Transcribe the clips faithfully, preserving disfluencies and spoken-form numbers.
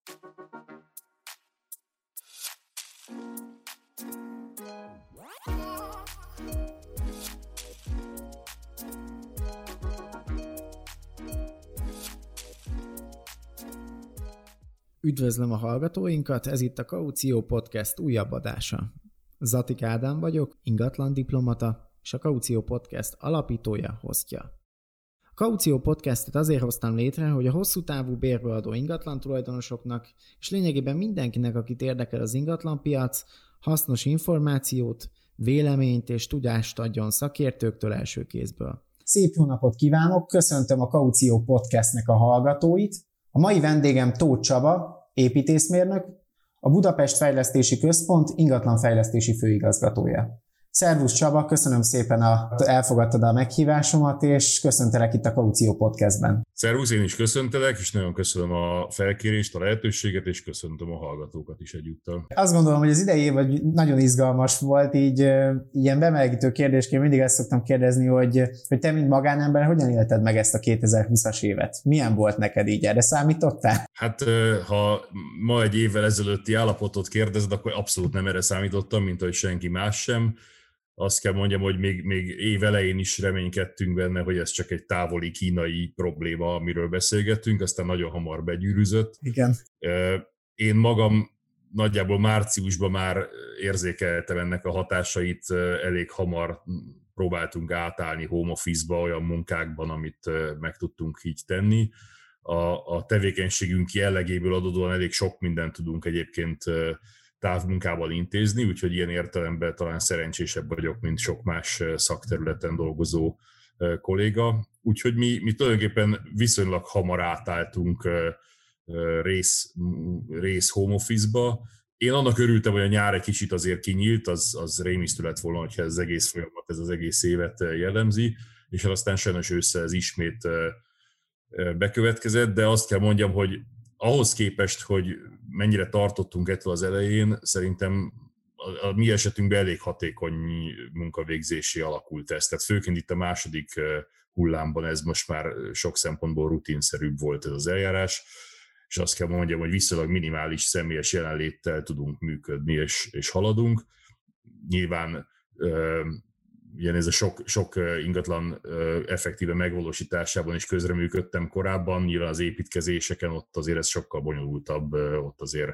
Üdvözlöm a hallgatóinkat, ez itt a Kaució Podcast újabb adása. Zatik Ádám vagyok, ingatlan diplomata, és a Kaució Podcast alapítója, hostja. A Kaució Podcastet azért hoztam létre, hogy a hosszú távú bérbeadó ingatlan tulajdonosoknak, és lényegében mindenkinek, akit érdekel az ingatlanpiac, hasznos információt, véleményt és tudást adjon szakértőktől első kézből. Szép jó napot kívánok, köszöntöm a Kaució Podcastnek a hallgatóit. A mai vendégem Tóth Csaba, építészmérnök, a Budapest Fejlesztési Központ ingatlanfejlesztési főigazgatója. Szervusz Csaba, köszönöm szépen, hogy elfogadtad a meghívásomat, és köszöntelek itt a Kaució Podcastben. Szervusz, én is köszöntelek, és nagyon köszönöm a felkérést, a lehetőséget, és köszöntöm a hallgatókat is egyúttal. Azt gondolom, hogy az idei év nagyon izgalmas volt, így ilyen bemelegítő kérdésként mindig ezt szoktam kérdezni, hogy, hogy te, mint magánember, hogyan élted meg ezt a kétezer-húszas évet? Milyen volt neked így? Erre számítottál? Hát, ha ma egy évvel ezelőtti állapotot kérdezed, akkor abszolút nem erre számítottam, mint ahogy senki más sem. Azt kell mondjam, hogy még, még év elején is reménykedtünk benne, hogy ez csak egy távoli kínai probléma, amiről beszélgettünk, aztán nagyon hamar begyűrűzött. Igen. Én magam nagyjából márciusban már érzékeltem ennek a hatásait, elég hamar próbáltunk átállni home office-ba olyan munkákban, amit meg tudtunk így tenni. A, a tevékenységünk jellegéből adódóan elég sok mindent tudunk egyébként távmunkával intézni, úgyhogy ilyen értelemben talán szerencsésebb vagyok, mint sok más szakterületen dolgozó kolléga. Úgyhogy mi, mi tulajdonképpen viszonylag hamar átálltunk rész, rész home office-ba. Én annak örültem, hogy a nyár egy kicsit azért kinyílt, az, az rémisztő lett volna, hogyha ez az egész folyamat, ez az egész évet jellemzi, és aztán sajnos ősszel ez ismét bekövetkezett, de azt kell mondjam, hogy ahhoz képest, hogy mennyire tartottunk ettől az elején, szerintem a, a mi esetünkben elég hatékony munkavégzési alakult ez. Tehát főként itt a második hullámban ez most már sok szempontból rutinszerűbb volt ez az eljárás, és azt kell mondjam, hogy viszonylag minimális személyes jelenléttel tudunk működni és, és haladunk. Nyilván ugye ez a sok, sok ingatlan effektíve megvalósításában is közreműködtem korábban, nyilván az építkezéseken ott azért ez sokkal bonyolultabb, ott azért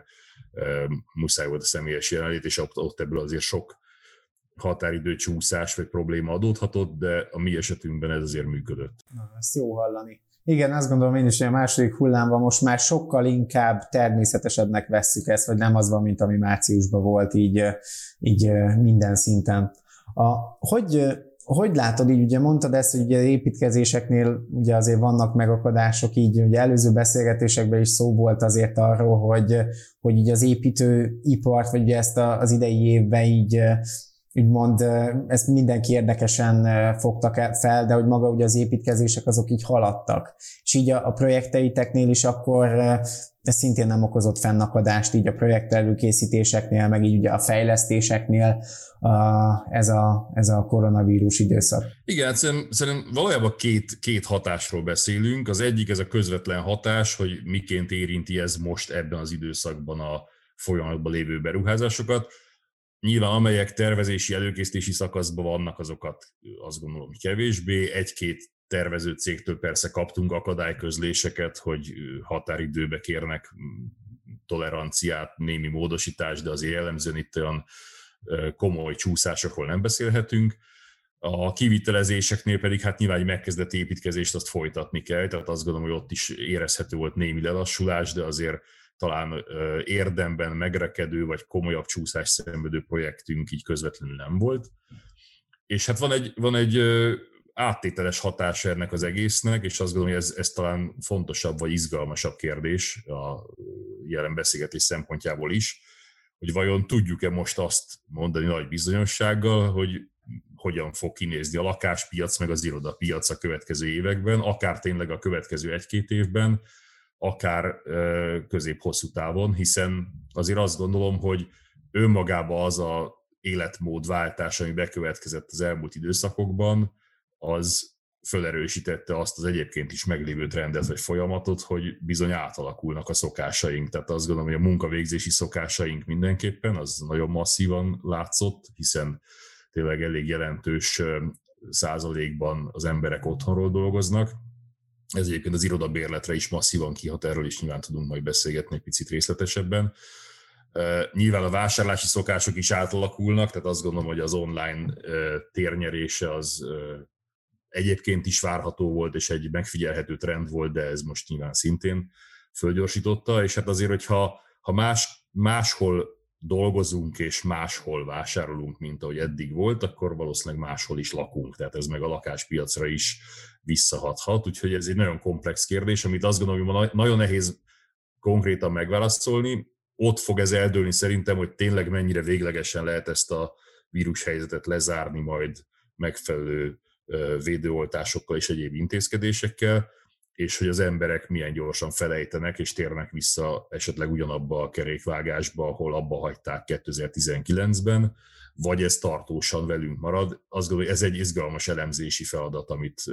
muszáj volt a személyes jelenlét, és ott, ott ebből azért sok határidő csúszás vagy probléma adódhatott, de a mi esetünkben ez azért működött. Na, ezt jó hallani. Igen, azt gondolom én is, hogy a második hullámban most már sokkal inkább természetesebbnek vesszük ezt, vagy nem az van, mint ami márciusban volt, így, így minden szinten. A, hogy, hogy látod, így ugye mondtad ezt, hogy ugye építkezéseknél ugye azért vannak megakadások, így ugye előző beszélgetésekben is szó volt azért arról, hogy, hogy így az építőipart, vagy ugye ezt az idei évben így úgymond ezt mindenki érdekesen fogtak fel, de hogy maga ugye az építkezések azok így haladtak. És így a, a projekteiteknél is akkor ez szintén nem okozott fennakadást így a projekt előkészítéseknél, meg így ugye a fejlesztéseknél a, ez, a, ez a koronavírus időszak. Igen, szerintem, szerintem valójában két, két hatásról beszélünk. Az egyik ez a közvetlen hatás, hogy miként érinti ez most ebben az időszakban a folyamatban lévő beruházásokat. Nyilván amelyek tervezési, előkészítési szakaszban vannak, azokat azt gondolom kevésbé. Egy-két tervező cégtől persze kaptunk akadályközléseket, hogy határidőbe kérnek toleranciát, némi módosítást, de azért jellemzően itt olyan komoly csúszásokról nem beszélhetünk. A kivitelezéseknél pedig hát nyilván egy megkezdett építkezést azt folytatni kell, tehát azt gondolom, hogy ott is érezhető volt némi lelassulás, de azért talán érdemben megrekedő vagy komolyabb csúszás szenvedő projektünk így közvetlenül nem volt. És hát van egy, van egy áttételes hatása ennek az egésznek, és azt gondolom, hogy ez, ez talán fontosabb vagy izgalmasabb kérdés a jelen beszélgetés szempontjából is, hogy vajon tudjuk-e most azt mondani nagy bizonyossággal, hogy hogyan fog kinézni a lakáspiac meg az irodapiac a következő években, akár tényleg a következő egy-két évben, akár közép-hosszú távon, hiszen azért azt gondolom, hogy önmagában az a életmódváltás, ami bekövetkezett az elmúlt időszakokban, az felerősítette azt az egyébként is meglévő trendet vagy folyamatot, hogy bizony átalakulnak a szokásaink. Tehát azt gondolom, hogy a munkavégzési szokásaink mindenképpen, az nagyon masszívan látszott, hiszen tényleg elég jelentős százalékban az emberek otthonról dolgoznak. Ez egyébként az irodabérletre is masszívan kihat, erről is nyilván tudunk majd beszélgetni egy picit részletesebben. Nyilván a vásárlási szokások is átalakulnak, tehát azt gondolom, hogy az online térnyerése az egyébként is várható volt, és egy megfigyelhető trend volt, de ez most nyilván szintén fölgyorsította, és hát azért, hogyha ha más, máshol dolgozunk és máshol vásárolunk, mint ahogy eddig volt, akkor valószínűleg máshol is lakunk, tehát ez meg a lakáspiacra is visszahathat, úgyhogy ez egy nagyon komplex kérdés, amit azt gondolom, hogy nagyon nehéz konkrétan megválaszolni. Ott fog ez eldőlni szerintem, hogy tényleg mennyire véglegesen lehet ezt a vírushelyzetet lezárni majd megfelelő védőoltásokkal és egyéb intézkedésekkel, és hogy az emberek milyen gyorsan felejtenek, és térnek vissza esetleg ugyanabba a kerékvágásba, ahol abba hagyták kétezer-tizenkilencben, vagy ez tartósan velünk marad. Azt gondolom, hogy ez egy izgalmas elemzési feladat, amit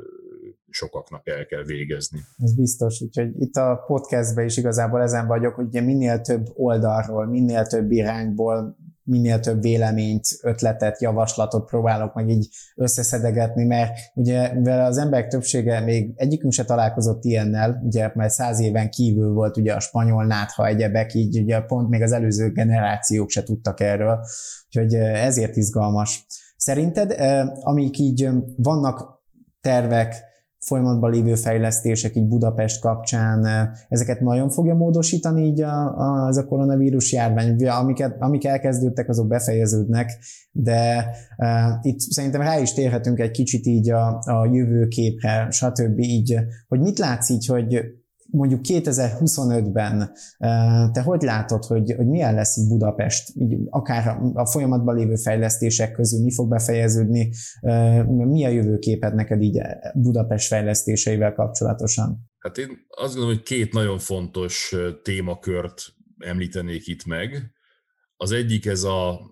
sokaknak el kell végezni. Ez biztos, úgyhogy itt a podcastben is igazából ezen vagyok, hogy ugye minél több oldalról, minél több irányból, minél több véleményt, ötletet, javaslatot próbálok meg így összeszedegetni, mert ugye mivel az emberek többsége még egyikünk se találkozott ilyennel, ugye mert száz éven kívül volt ugye a spanyol nátha egyebek, így ugye pont még az előző generációk se tudtak erről, úgyhogy ezért izgalmas. Szerinted, amik így vannak tervek, folyamatban lévő fejlesztések így Budapest kapcsán, ezeket nagyon fogja módosítani így a, a, ez a koronavírus járvány? Amiket, amik elkezdődtek, azok befejeződnek, de uh, itt szerintem rá is térhetünk egy kicsit így a, a jövőképre, stb. Így, hogy mit látsz így, hogy mondjuk kétezer-huszonötben te hogy látod, hogy, hogy milyen lesz így Budapest, így akár a folyamatban lévő fejlesztések közül mi fog befejeződni, mi a jövőképed neked így Budapest fejlesztéseivel kapcsolatosan? Hát én azt gondolom, hogy két nagyon fontos témakört említenék itt meg. Az egyik ez a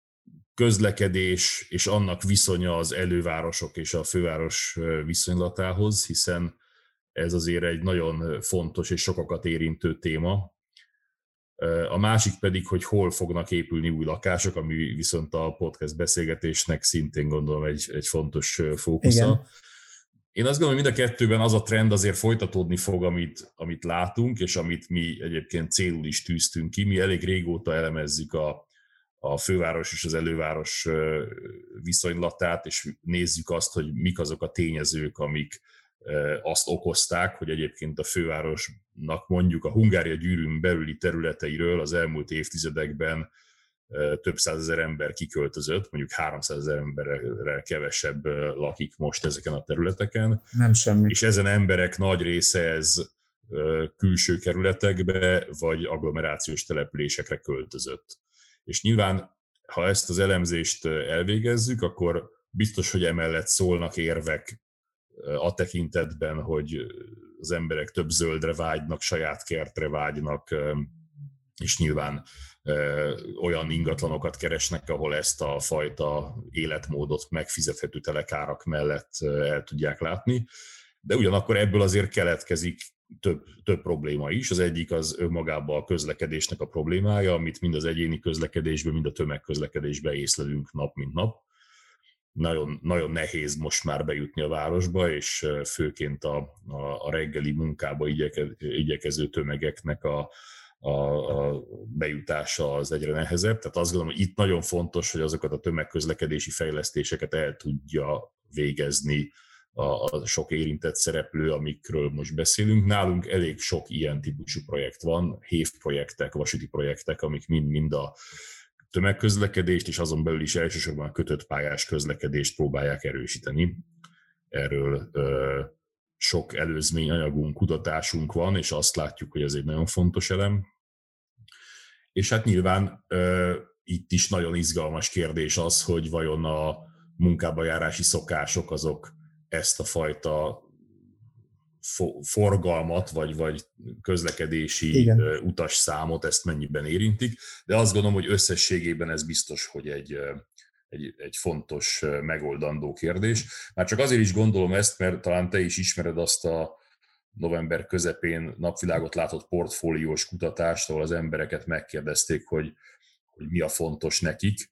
közlekedés és annak viszonya az elővárosok és a főváros viszonylatához, hiszen ez azért egy nagyon fontos és sokakat érintő téma. A másik pedig, hogy hol fognak épülni új lakások, ami viszont a podcast beszélgetésnek szintén gondolom egy, egy fontos fókusza. Igen. Én azt gondolom, hogy mind a kettőben az a trend azért folytatódni fog, amit, amit látunk, és amit mi egyébként célul is tűztünk ki. Mi elég régóta elemezzük a, a főváros és az előváros viszonylatát, és nézzük azt, hogy mik azok a tényezők, amik azt okozták, hogy egyébként a fővárosnak mondjuk a Hungária gyűrűn belüli területeiről az elmúlt évtizedekben több százezer ember kiköltözött, mondjuk háromszázezer emberrel kevesebb lakik most ezeken a területeken. Nem semmi. És ezen emberek nagy része ez külső kerületekbe vagy agglomerációs településekre költözött. És nyilván, ha ezt az elemzést elvégezzük, akkor biztos, hogy emellett szólnak érvek a tekintetben, hogy az emberek több zöldre vágynak, saját kertre vágynak, és nyilván olyan ingatlanokat keresnek, ahol ezt a fajta életmódot megfizethető telekárak mellett el tudják látni. De ugyanakkor ebből azért keletkezik több, több probléma is. Az egyik az önmagában a közlekedésnek a problémája, amit mind az egyéni közlekedésben, mind a tömegközlekedésben észlelünk nap mint nap. Nagyon, nagyon nehéz most már bejutni a városba, és főként a, a, a reggeli munkába igyeke, igyekező tömegeknek a, a, a bejutása az egyre nehezebb. Tehát azt gondolom, hogy itt nagyon fontos, hogy azokat a tömegközlekedési fejlesztéseket el tudja végezni a, a sok érintett szereplő, amikről most beszélünk. Nálunk elég sok ilyen típusú projekt van, hév projektek, vasúti projektek, amik mind-mind a tömegközlekedést, és azon belül is elsősorban a kötött pályás közlekedést próbálják erősíteni. Erről ö, sok előzményanyagunk, kutatásunk van, és azt látjuk, hogy ez egy nagyon fontos elem. És hát nyilván ö, itt is nagyon izgalmas kérdés az, hogy vajon a munkába járási szokások azok ezt a fajta forgalmat, vagy, vagy közlekedési Igen. utasszámot, ezt mennyiben érintik, de azt gondolom, hogy összességében ez biztos, hogy egy, egy, egy fontos megoldandó kérdés. Már csak azért is gondolom ezt, mert talán te is ismered azt a november közepén napvilágot látott portfóliós kutatást, ahol az embereket megkérdezték, hogy, hogy mi a fontos nekik,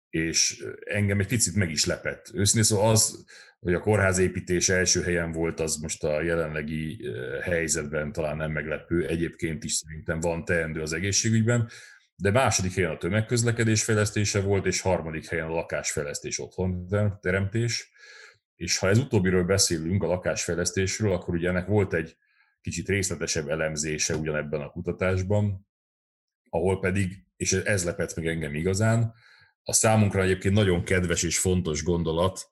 és engem egy picit meg is lepett. Őszintén szóval az, hogy a kórházépítés első helyen volt, az most a jelenlegi helyzetben talán nem meglepő, egyébként is szerintem van teendő az egészségügyben, de második helyen a tömegközlekedés fejlesztése volt, és harmadik helyen a lakásfejlesztés, otthonteremtés. És ha ez utóbbiről beszélünk, a lakásfejlesztésről, akkor ugye ennek volt egy kicsit részletesebb elemzése ugyanebben a kutatásban, ahol pedig, és ez lepett meg engem igazán, a számunkra egyébként nagyon kedves és fontos gondolat,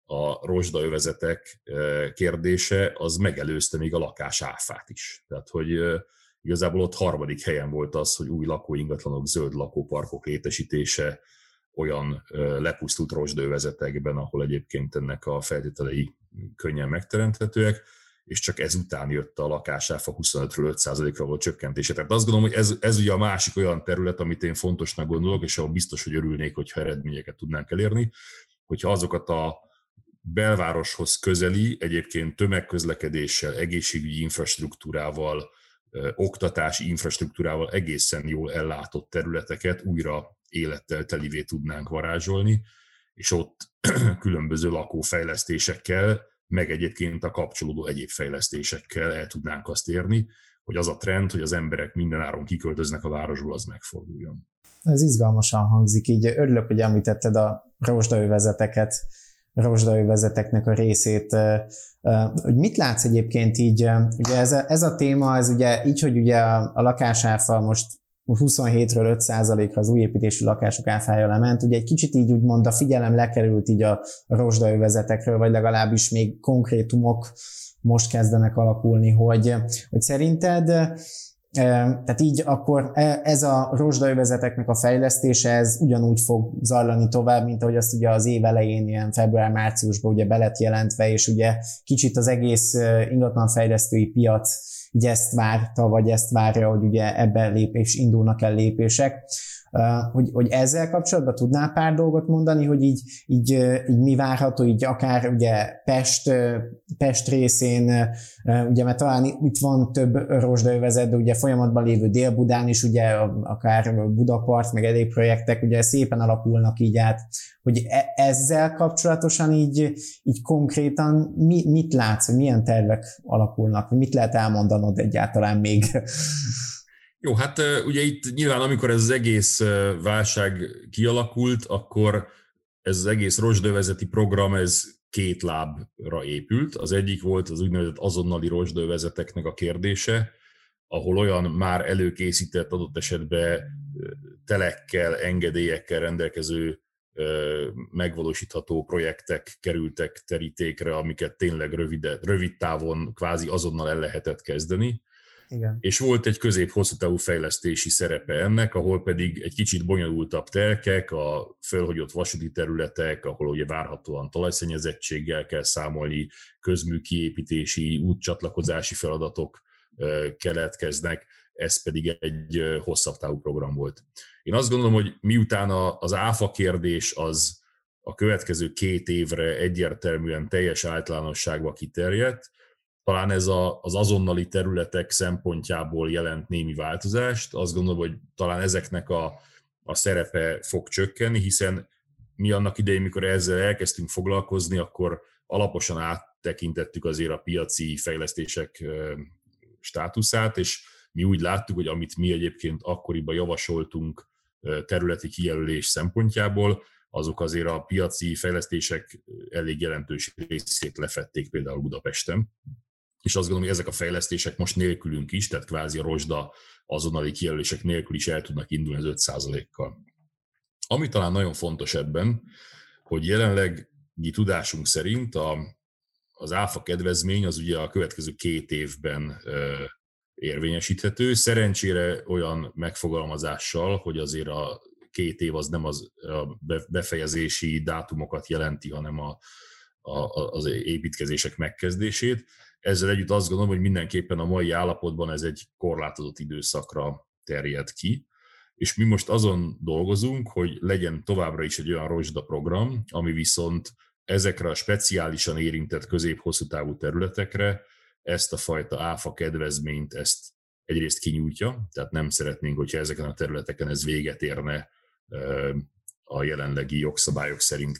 a rozsdaövezetek kérdése, az megelőzte még a lakásáfát is. Tehát, hogy igazából ott harmadik helyen volt az, hogy új lakóingatlanok, zöld lakóparkok létesítése olyan lepusztult rozsdaövezetekben, ahol egyébként ennek a feltételei könnyen megteremthetőek, és csak ezután jött a lakásáfa huszonötről öt százalékra való csökkentése. Tehát azt gondolom, hogy ez, ez ugye a másik olyan terület, amit én fontosnak gondolok, és ahol biztos, hogy örülnék, hogyha eredményeket tudnánk elérni, hogyha azokat a belvároshoz közeli, egyébként tömegközlekedéssel, egészségügyi infrastruktúrával, oktatási infrastruktúrával egészen jól ellátott területeket újra élettel telivé tudnánk varázsolni, és ott különböző lakófejlesztésekkel, meg egyébként a kapcsolódó egyéb fejlesztésekkel el tudnánk azt érni, hogy az a trend, hogy az emberek mindenáron kiköltöznek a városból, az megforduljon. Ez izgalmasan hangzik, így örülök, hogy említetted a rozsdaövezeteket, rozsdaövezeteknek a részét, hogy mit látsz egyébként így, ugye ez a, ez a téma, ez ugye így, hogy ugye a, a lakásáfa most huszonhétről öt százalékra az újépítésű lakások áfája lement, ugye egy kicsit így úgymond a figyelem lekerült így a, a rozsdaövezetekről, vagy legalábbis még konkrétumok most kezdenek alakulni, hogy, hogy szerinted tehát így akkor ez a rozsdaövezeteknek a fejlesztése, ez ugyanúgy fog zajlani tovább, mint ahogy azt ugye az év elején, ilyen február-márciusban ugye be lett jelentve, és ugye kicsit az egész ingatlanfejlesztői piac így ezt várta, vagy ezt várja, hogy ugye ebben lépés, indulnak el lépések. Hogy, hogy ezzel kapcsolatban tudnál pár dolgot mondani, hogy így, így, így mi várható, így akár ugye Pest, Pest részén, ugye mert talán itt van több rozsdaövezet, de ugye folyamatban lévő Dél-Budán is, ugye akár Budapart, meg egyéb projektek, ugye szépen alakulnak így át, hogy ezzel kapcsolatosan így, így konkrétan mi, mit látsz, hogy milyen tervek alakulnak, mit lehet elmondanod egyáltalán még? Jó, hát ugye itt nyilván amikor ez az egész válság kialakult, akkor ez az egész rozsdaövezeti program, ez két lábra épült. Az egyik volt az úgynevezett azonnali rozsdaövezeteknek a kérdése, ahol olyan már előkészített, adott esetben telekkel, engedélyekkel rendelkező megvalósítható projektek kerültek terítékre, amiket tényleg rövide, rövid távon kvázi azonnal el lehetett kezdeni. Igen. És volt egy közép-hosszú távú fejlesztési szerepe ennek, ahol pedig egy kicsit bonyolultabb telkek, a fölhagyott vasúti területek, ahol ugye várhatóan talajszennyezettséggel kell számolni, közmű kiépítési, útcsatlakozási feladatok keletkeznek, ez pedig egy hosszabb távú program volt. Én azt gondolom, hogy miután az áfa kérdés az a következő két évre egyértelműen teljes általánosságba kiterjedt, talán ez a, az azonnali területek szempontjából jelent némi változást. Azt gondolom, hogy talán ezeknek a, a szerepe fog csökkenni, hiszen mi annak idején, mikor ezzel elkezdtünk foglalkozni, akkor alaposan áttekintettük azért a piaci fejlesztések státuszát, és mi úgy láttuk, hogy amit mi egyébként akkoriban javasoltunk területi kijelölés szempontjából, azok azért a piaci fejlesztések elég jelentős részét lefették például Budapesten. És azt gondolom, hogy ezek a fejlesztések most nélkülünk is, tehát kvázi a rozsda azonnali kijelölések nélkül is el tudnak indulni az öt százalékkal. Ami talán nagyon fontos ebben, hogy jelenlegi tudásunk szerint a, az áfa kedvezmény az ugye a következő két évben ö, érvényesíthető. Szerencsére olyan megfogalmazással, hogy azért a két év az nem az a befejezési dátumokat jelenti, hanem a, a, az építkezések megkezdését. Ezzel együtt azt gondolom, hogy mindenképpen a mai állapotban ez egy korlátozott időszakra terjed ki, És mi most azon dolgozunk, hogy legyen továbbra is egy olyan rozsda program, ami viszont ezekre a speciálisan érintett közép-hosszú távú területekre ezt a fajta áfa kedvezményt ezt egyrészt kinyújtja, tehát nem szeretnénk, hogyha ezeken a területeken ez véget érne a jelenlegi jogszabályok szerint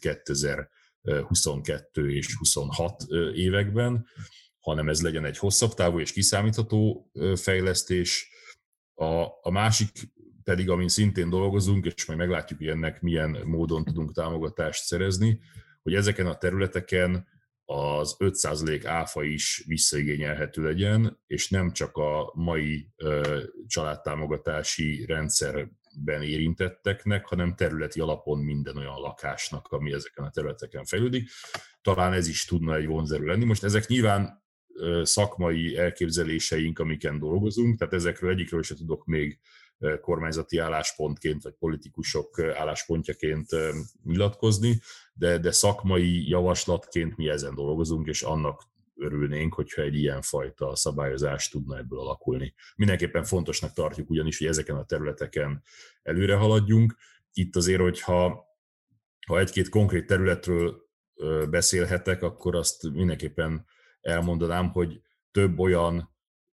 kétezer-huszonkettő és huszonhat években, hanem ez legyen egy hosszabb távú és kiszámítható fejlesztés. A, a másik pedig, amin szintén dolgozunk, és majd meglátjuk, hogy ennek milyen módon tudunk támogatást szerezni, hogy ezeken a területeken az öt százalék áfa is visszaigényelhető legyen, és nem csak a mai ö, családtámogatási rendszerben érintetteknek, hanem területi alapon minden olyan lakásnak, ami ezeken a területeken fejlődik. Talán ez is tudna egy vonzerő lenni. Most ezek nyilván ö, szakmai elképzeléseink, amiken dolgozunk, tehát ezekről egyikről sem tudok még kormányzati álláspontként, vagy politikusok álláspontjaként nyilatkozni, de, de szakmai javaslatként mi ezen dolgozunk, és annak örülnénk, hogyha egy ilyenfajta szabályozás tudna ebből alakulni. Mindenképpen fontosnak tartjuk ugyanis, hogy ezeken a területeken előre haladjunk. Itt azért, hogyha ha egy-két konkrét területről beszélhetek, akkor azt mindenképpen elmondanám, hogy több olyan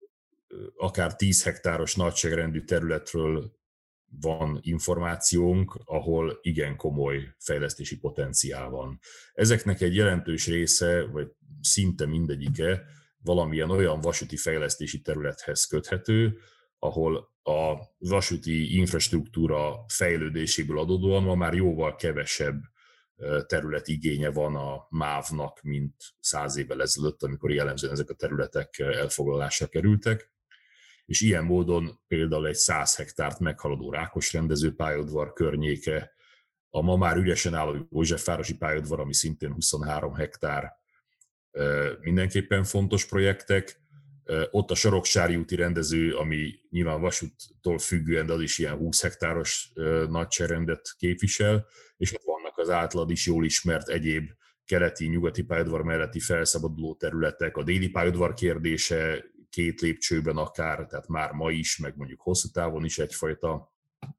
akár tíz hektáros nagyságrendű területről van információnk, ahol igen komoly fejlesztési potenciál van. Ezeknek egy jelentős része, vagy szinte mindegyike valamilyen olyan vasúti fejlesztési területhez köthető, ahol a vasúti infrastruktúra fejlődéséből adódóan ma már jóval kevesebb területigénye van a mávnak, mint száz évvel ezelőtt, amikor jellemzően ezek a területek elfoglalásra kerültek. És ilyen módon például egy száz hektárt meghaladó Rákos rendezőpályaudvar környéke, a ma már üresen álló Józsefvárosi pályaudvar, ami szintén huszonhárom hektár, mindenképpen fontos projektek. Ott a Soroksári úti rendező, ami nyilván vasúttól függően, de az is ilyen húsz hektáros nagyságrendet képvisel, és ott vannak az általad is jól ismert egyéb keleti, nyugati pályaudvar melletti felszabaduló területek, a déli pályaudvar kérdése két lépcsőben akár, tehát már ma is, meg mondjuk hosszú távon is egyfajta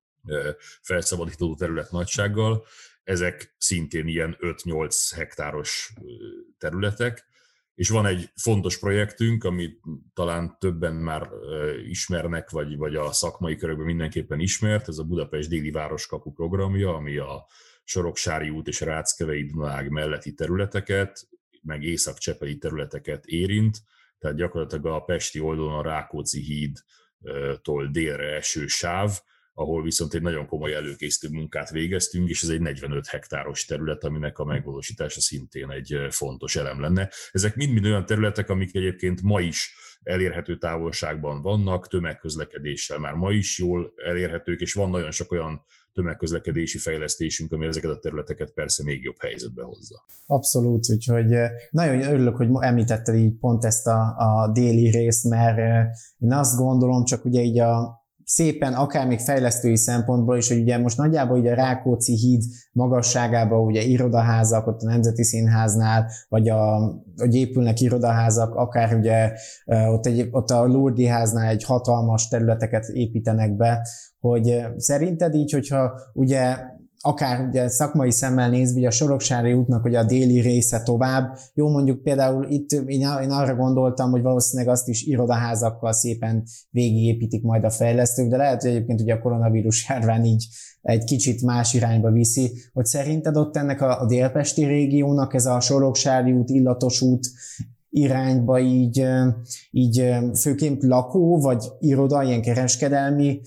felszabadító terület nagysággal. Ezek szintén ilyen öt-nyolc hektáros területek, és van egy fontos projektünk, amit talán többen már ismernek, vagy, vagy a szakmai körökben mindenképpen ismert, ez a Budapest déli városkapu programja, ami a Soroksári út és a Ráckevei Dunaág melletti területeket, meg észak-csepeli területeket érint, tehát gyakorlatilag a pesti oldalon a Rákóczi hídtól délre eső sáv, ahol viszont egy nagyon komoly előkészítő munkát végeztünk, és ez egy negyvenöt hektáros terület, aminek a megvalósítása szintén egy fontos elem lenne. Ezek mind-mind olyan területek, amik egyébként ma is elérhető távolságban vannak, tömegközlekedéssel már ma is jól elérhetők, és van nagyon sok olyan tömegközlekedési fejlesztésünk, ami ezeket a területeket persze még jobb helyzetbe hozza. Abszolút, úgyhogy nagyon örülök, hogy említetted így pont ezt a, a déli részt, mert én azt gondolom, csak ugye így a szépen, akár még fejlesztői szempontból is, hogy ugye most nagyjából ugye a Rákóczi híd magasságában ugye irodaházak, ott a Nemzeti Színháznál, vagy a, hogy épülnek irodaházak, akár ugye ott, egy, ott a Lourdes háznál egy hatalmas területeket építenek be, hogy szerinted így, hogyha ugye akár ugye szakmai szemmel nézve, ugye a Soroksári útnak ugye a déli része tovább. Jó, mondjuk például itt én, én arra gondoltam, hogy valószínűleg azt is irodaházakkal szépen végigépítik majd a fejlesztők, de lehet, hogy egyébként ugye a koronavírus járvány így egy kicsit más irányba viszi, hogy szerinted ott ennek a, a délpesti régiónak ez a Soroksári út, Illatos út irányba így, így főként lakó, vagy iroda, ilyen kereskedelmi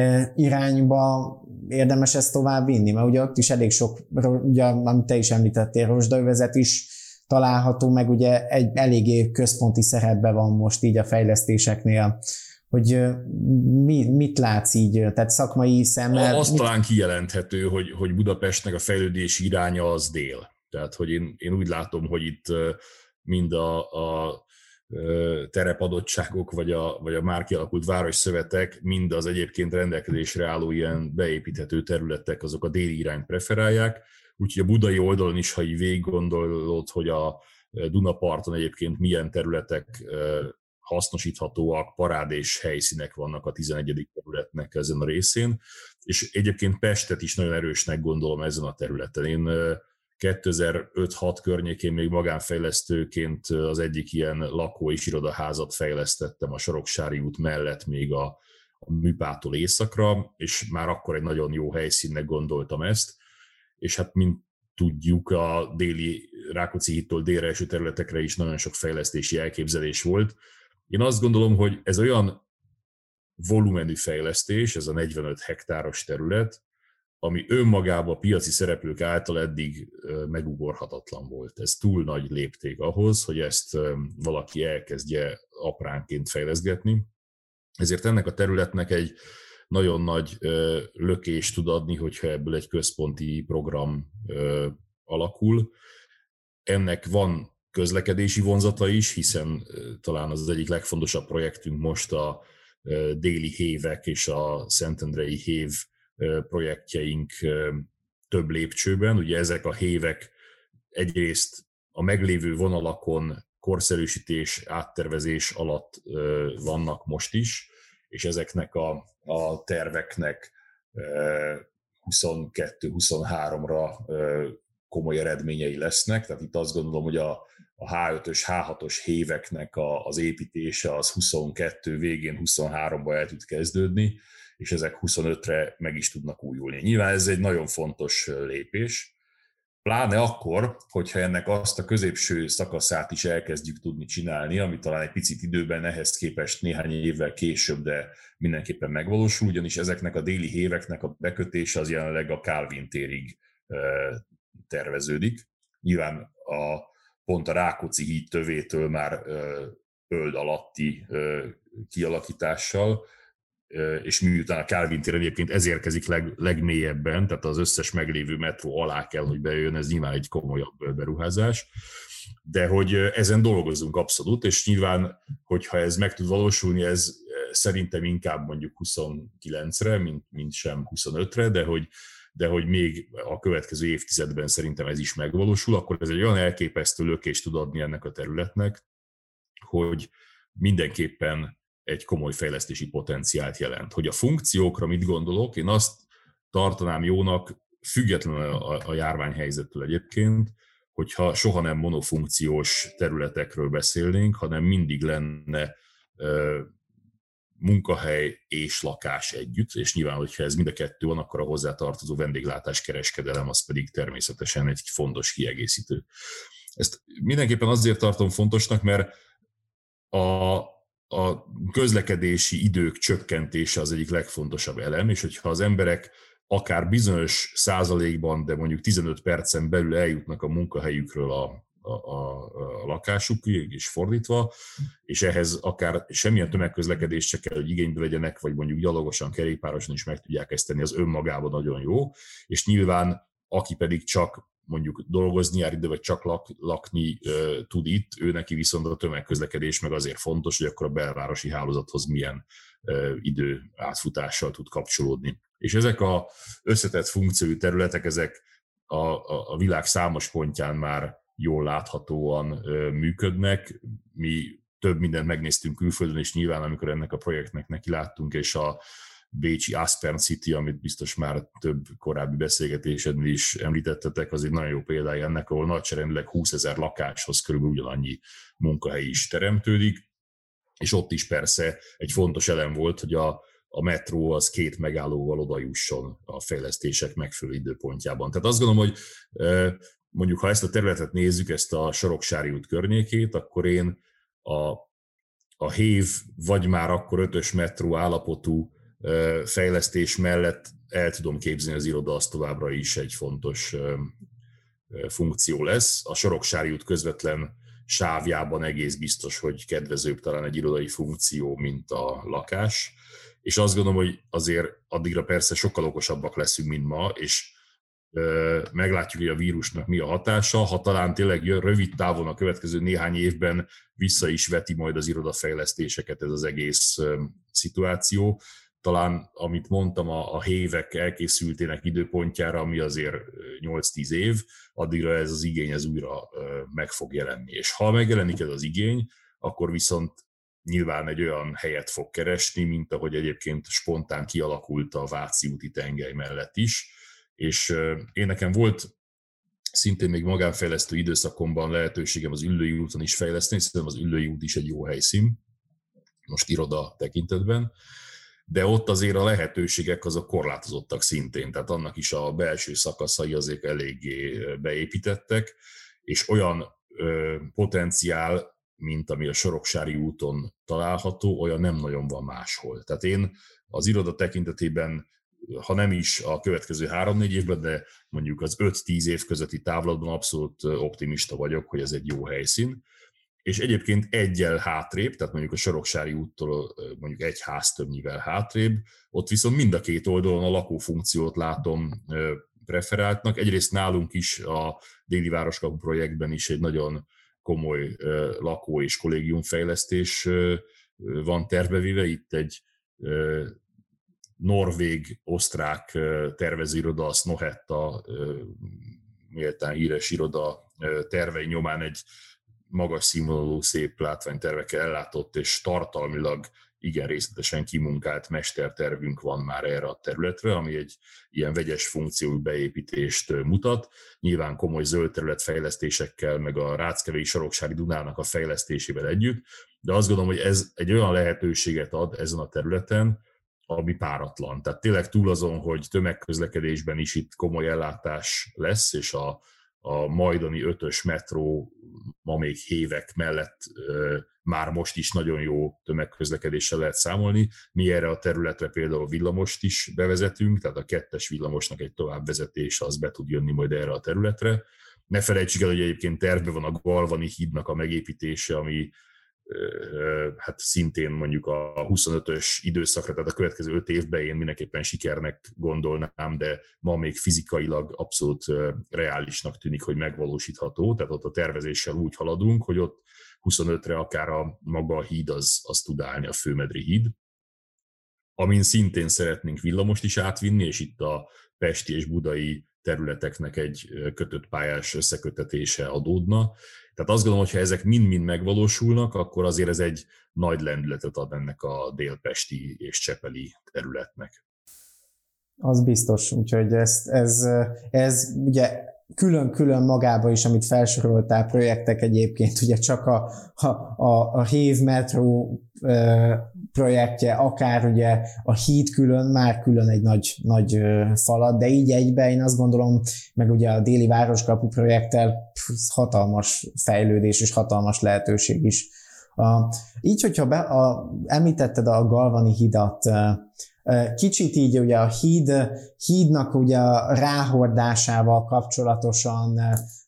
irányba érdemes ezt tovább vinni, mert ugye ott is elég sok, ugye, amit te is említettél, rozsdaövezet is található, meg ugye egy eléggé központi szerepben van most így a fejlesztéseknél, hogy mi, mit látsz így, tehát szakmai szemmel? Azt mit... talán kijelenthető, hogy, hogy Budapestnek a fejlődési iránya az dél. Tehát, hogy én, én úgy látom, hogy itt mind a, a terepadottságok, vagy a, vagy a már kialakult városszövetek, mind az egyébként rendelkezésre álló ilyen beépíthető területek, azok a déli irányt preferálják. Úgyhogy a budai oldalon is, ha így végig gondolod, hogy a Dunaparton egyébként milyen területek hasznosíthatóak, parád és helyszínek vannak a tizenegyedik kerületnek ezen a részén, és egyébként Pestet is nagyon erősnek gondolom ezen a területen. Én kétezer-öt-hat környékén még magánfejlesztőként az egyik ilyen lakó- és irodaházat fejlesztettem a Soroksári út mellett még a, a Műpától északra, és már akkor egy nagyon jó helyszínnek gondoltam ezt, és hát mint tudjuk, a déli Rákóczi hídtól délre eső területekre is nagyon sok fejlesztési elképzelés volt. Én azt gondolom, hogy ez olyan volumenű fejlesztés, ez a negyvenöt hektáros terület, ami önmagában a piaci szereplők által eddig megugorhatatlan volt. Ez túl nagy lépték ahhoz, hogy ezt valaki elkezdje apránként fejleszgetni. Ezért ennek a területnek egy nagyon nagy lökést tud adni, hogyha ebből egy központi program alakul. Ennek van közlekedési vonzata is, hiszen talán az, az egyik legfontosabb projektünk most a déli hévek és a szentendrei hév projektjeink több lépcsőben. Ugye ezek a hévek egyrészt a meglévő vonalakon korszerűsítés, áttervezés alatt vannak most is, és ezeknek a, a terveknek huszonkettő-huszonháromra komoly eredményei lesznek. Tehát itt azt gondolom, hogy a, a há ötös, há hatos héveknek a, az építése az huszonkettő végén, huszonháromba el tud kezdődni, és ezek huszonötre meg is tudnak újulni. Nyilván ez egy nagyon fontos lépés, pláne akkor, hogyha ennek azt a középső szakaszát is elkezdjük tudni csinálni, ami talán egy picit időben ehhez képest néhány évvel később, de mindenképpen megvalósul, ugyanis ezeknek a déli héveknek a bekötése az jelenleg a Kálvin térig terveződik. Nyilván a, pont a Rákóczi híd tövétől már öld alatti kialakítással, és miután a Kálvin tér egyébként ez érkezik leg, legmélyebben, tehát az összes meglévő metró alá kell, hogy bejöjjön, ez nyilván egy komolyabb beruházás, de hogy ezen dolgozunk abszolút, és nyilván, hogyha ez meg tud valósulni, ez szerintem inkább mondjuk huszonkilencre, mint, mint sem huszonötre, de hogy, de hogy még a következő évtizedben szerintem ez is megvalósul, akkor ez egy olyan elképesztő lökést tud adni ennek a területnek, hogy mindenképpen egy komoly fejlesztési potenciált jelent. Hogy a funkciókra mit gondolok, én azt tartanám jónak, függetlenül a, a járványhelyzettől egyébként, hogyha soha nem monofunkciós területekről beszélnénk, hanem mindig lenne ö, munkahely és lakás együtt, és nyilván, hogyha ez mind a kettő van, akkor a hozzátartozó vendéglátás, kereskedelem, az pedig természetesen egy fontos kiegészítő. Ezt mindenképpen azért tartom fontosnak, mert a a közlekedési idők csökkentése az egyik legfontosabb elem, és hogyha az emberek akár bizonyos százalékban, de mondjuk tizenöt percen belül eljutnak a munkahelyükről a, a, a, a lakásukig, és fordítva, és ehhez akár semmilyen tömegközlekedést se kell, hogy igénybe vegyenek, vagy mondjuk gyalogosan, kerékpárosan is meg tudják ezt tenni, az önmagában nagyon jó, és nyilván aki pedig csak mondjuk dolgozni jár ide, vagy csak lak, lakni uh, tud itt, ő neki viszont a tömegközlekedés meg azért fontos, hogy akkor a belvárosi hálózathoz milyen uh, idő átfutással tud kapcsolódni. És ezek az összetett funkciói területek, ezek a, a, a világ számos pontján már jól láthatóan uh, működnek. Mi több mindent megnéztünk külföldön, és nyilván amikor ennek a projektnek neki láttunk, és a bécsi Aspern City, amit biztos már több korábbi beszélgetésednél is említettetek, az egy nagyon jó példája ennek, ahol nagyságrendileg húszezer lakáshoz körülbelül ugyanannyi munkahely is teremtődik, és ott is persze egy fontos elem volt, hogy a, a metró az két megállóval odajusson a fejlesztések megfelelő időpontjában. Tehát azt gondolom, hogy mondjuk ha ezt a területet nézzük, ezt a Soroksári út környékét, akkor én a, a hév vagy már akkor ötös metró állapotú fejlesztés mellett el tudom képzelni, az iroda az továbbra is egy fontos funkció lesz. A Soroksári út közvetlen sávjában egész biztos, hogy kedvezőbb talán egy irodai funkció, mint a lakás. És azt gondolom, hogy azért addigra persze sokkal okosabbak leszünk, mint ma, és meglátjuk, hogy a vírusnak mi a hatása. Ha talán tényleg rövid távon a következő néhány évben vissza is veti majd az irodafejlesztéseket ez az egész szituáció, talán, amit mondtam, a, a hévek elkészültének időpontjára, ami azért nyolc-tíz év, addigra ez az igény ez újra meg fog jelenni. És ha megjelenik ez az igény, akkor viszont nyilván egy olyan helyet fog keresni, mint ahogy egyébként spontán kialakult a Váci úti tengely mellett is. És én nekem volt szintén még magánfejlesztő időszakomban lehetőségem az Üllői úton is fejleszteni, szerintem az Üllői út is egy jó helyszín, most iroda tekintetben, de ott azért a lehetőségek azok korlátozottak szintén, tehát annak is a belső szakaszai azért eléggé beépítettek, és olyan ö, potenciál, mint ami a Soroksári úton található, olyan nem nagyon van máshol. Tehát én az iroda tekintetében, ha nem is a következő három-négy évben, de mondjuk az öt-tíz év közötti távlatban abszolút optimista vagyok, hogy ez egy jó helyszín. És egyébként egyel hátrébb, tehát mondjuk a Soroksári úttól mondjuk egy háztömnyivel hátrébb, ott viszont mind a két oldalon a lakófunkciót látom preferáltnak. Egyrészt nálunk is a Déli Városkapu projektben is egy nagyon komoly lakó- és kollégiumfejlesztés van tervevéve. Itt egy norvég-osztrák tervezőiroda, a Snohetta méltán híres iroda tervei nyomán egy magas színvonalú, szép látványtervekkel ellátott és tartalmilag igen részletesen kimunkált mestertervünk van már erre a területre, ami egy ilyen vegyes funkciói beépítést mutat. Nyilván komoly zöld területfejlesztésekkel, meg a Ráckevei Soroksári Dunának a fejlesztésével együtt, de azt gondolom, hogy ez egy olyan lehetőséget ad ezen a területen, ami páratlan. Tehát tényleg túl azon, hogy tömegközlekedésben is itt komoly ellátás lesz, és a, a majdani ötös metró ma még hévek mellett ö, már most is nagyon jó tömegközlekedéssel lehet számolni. Mi erre a területre például villamost is bevezetünk, tehát a kettes villamosnak egy továbbvezetése az be tud jönni majd erre a területre. Ne felejtsük el, hogy egyébként tervben van a Galvani hídnak a megépítése, ami hát szintén mondjuk a huszonötös időszakra, tehát a következő öt évben én mindenképpen sikernek gondolnám, de ma még fizikailag abszolút reálisnak tűnik, hogy megvalósítható, tehát ott a tervezéssel úgy haladunk, hogy ott huszonötre akár a maga a híd az, az tud állni, a Főmedri híd, amin szintén szeretnénk villamost is átvinni, és itt a pesti és budai területeknek egy kötött pályás összekötetése adódna. Tehát azt gondolom, hogy ha ezek mind-mind megvalósulnak, akkor azért ez egy nagy lendületet ad ennek a délpesti és csepeli területnek. Az biztos, úgyhogy ez, ez, ez ugye külön-külön magába is, amit felsoroltál projektek egyébként, ugye csak a, a, a, a Hév metró projektje, akár ugye a híd külön, már külön egy nagy, nagy falat, de így egyben én azt gondolom, meg ugye a Déli Városkapu projekttel pff, hatalmas fejlődés és hatalmas lehetőség is. A, így, hogyha be, a, említetted a Galvani hidat, kicsit így ugye a híd, hídnak ugye a ráhordásával kapcsolatosan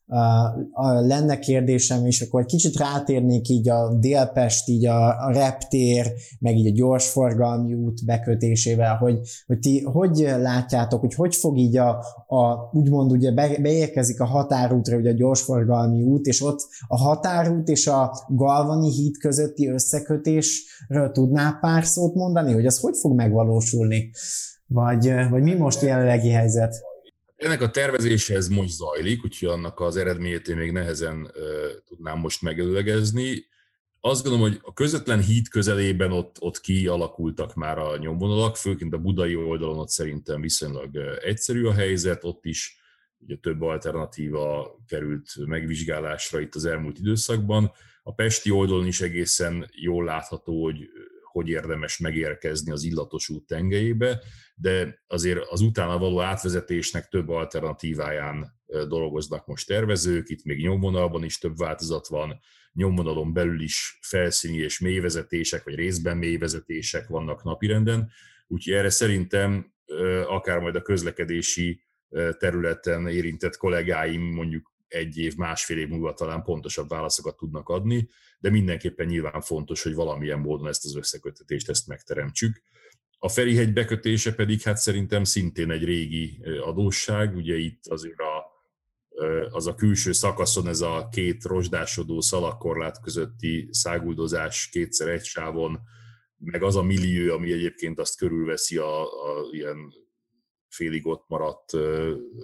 lenne kérdésem, és akkor egy kicsit rátérnék így a Délpest, így a, a reptér, meg így a gyorsforgalmi út bekötésével, hogy, hogy ti hogy látjátok, hogy hogy fog így a, a úgymond ugye be, beérkezik a határútra ugye a gyorsforgalmi út, és ott a határút és a Galvani híd közötti összekötésről tudnál pár szót mondani, hogy az hogy fog megvalósulni? Vagy, vagy mi most jelenlegi helyzet? Ennek a tervezése ez most zajlik, úgyhogy annak az eredményét én még nehezen uh, tudnám most megelőlegezni. Azt gondolom, hogy a közvetlen híd közelében ott, ott kialakultak már a nyomvonalak, főként a budai oldalon ott szerintem viszonylag egyszerű a helyzet, ott is ugye több alternatíva került megvizsgálásra itt az elmúlt időszakban. A pesti oldalon is egészen jól látható, hogy hogy érdemes megérkezni az Illatos út tengelyébe, de azért az utána való átvezetésnek több alternatíváján dolgoznak most tervezők, itt még nyomvonalban is több változat van, nyomvonalon belül is felszíni és mélyvezetések, vagy részben mélyvezetések vannak napirenden, úgyhogy erre szerintem akár majd a közlekedési területen érintett kollégáim mondjuk egy év, másfél év múlva talán pontosabb válaszokat tudnak adni, de mindenképpen nyilván fontos, hogy valamilyen módon ezt az összekötetést ezt megteremtsük. A Ferihegy bekötése pedig hát szerintem szintén egy régi adósság, ugye itt azért a, az a külső szakaszon ez a két rozsdásodó szalagkorlát közötti száguldozás kétszer egy sávon, meg az a millió, ami egyébként azt körülveszi a, a ilyen félig ott maradt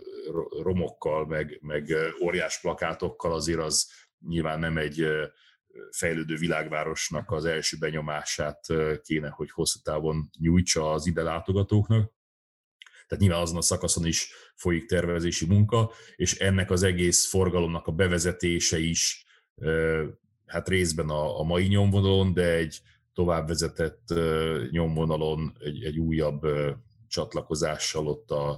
romokkal, meg, meg óriás plakátokkal, azért az nyilván nem egy fejlődő világvárosnak az első benyomását kéne, hogy hosszú távon nyújtsa az ide látogatóknak. Tehát nyilván azon a szakaszon is folyik tervezési munka, és ennek az egész forgalomnak a bevezetése is hát részben a, a mai nyomvonalon, de egy továbbvezetett nyomvonalon egy, egy újabb csatlakozással ott a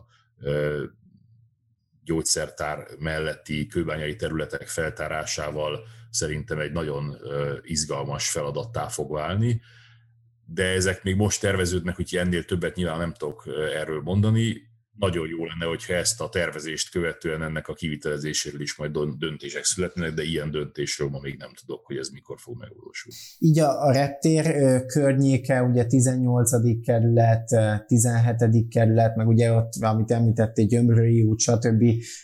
gyógyszertár melletti kőbányai területek feltárásával szerintem egy nagyon izgalmas feladattá fog válni. De ezek még most terveződnek, úgyhogy ennél többet nyilván nem tudok erről mondani. Nagyon jó lenne, hogyha ezt a tervezést követően ennek a kivitelezéséről is majd döntések születnek, de ilyen döntésről ma még nem tudok, hogy ez mikor fog megvalósulni. Így a, a reptér környéke, ugye tizennyolcadik kerület, tizenhetedik kerület, meg ugye ott, amit említettél, Gyömrői út, stb.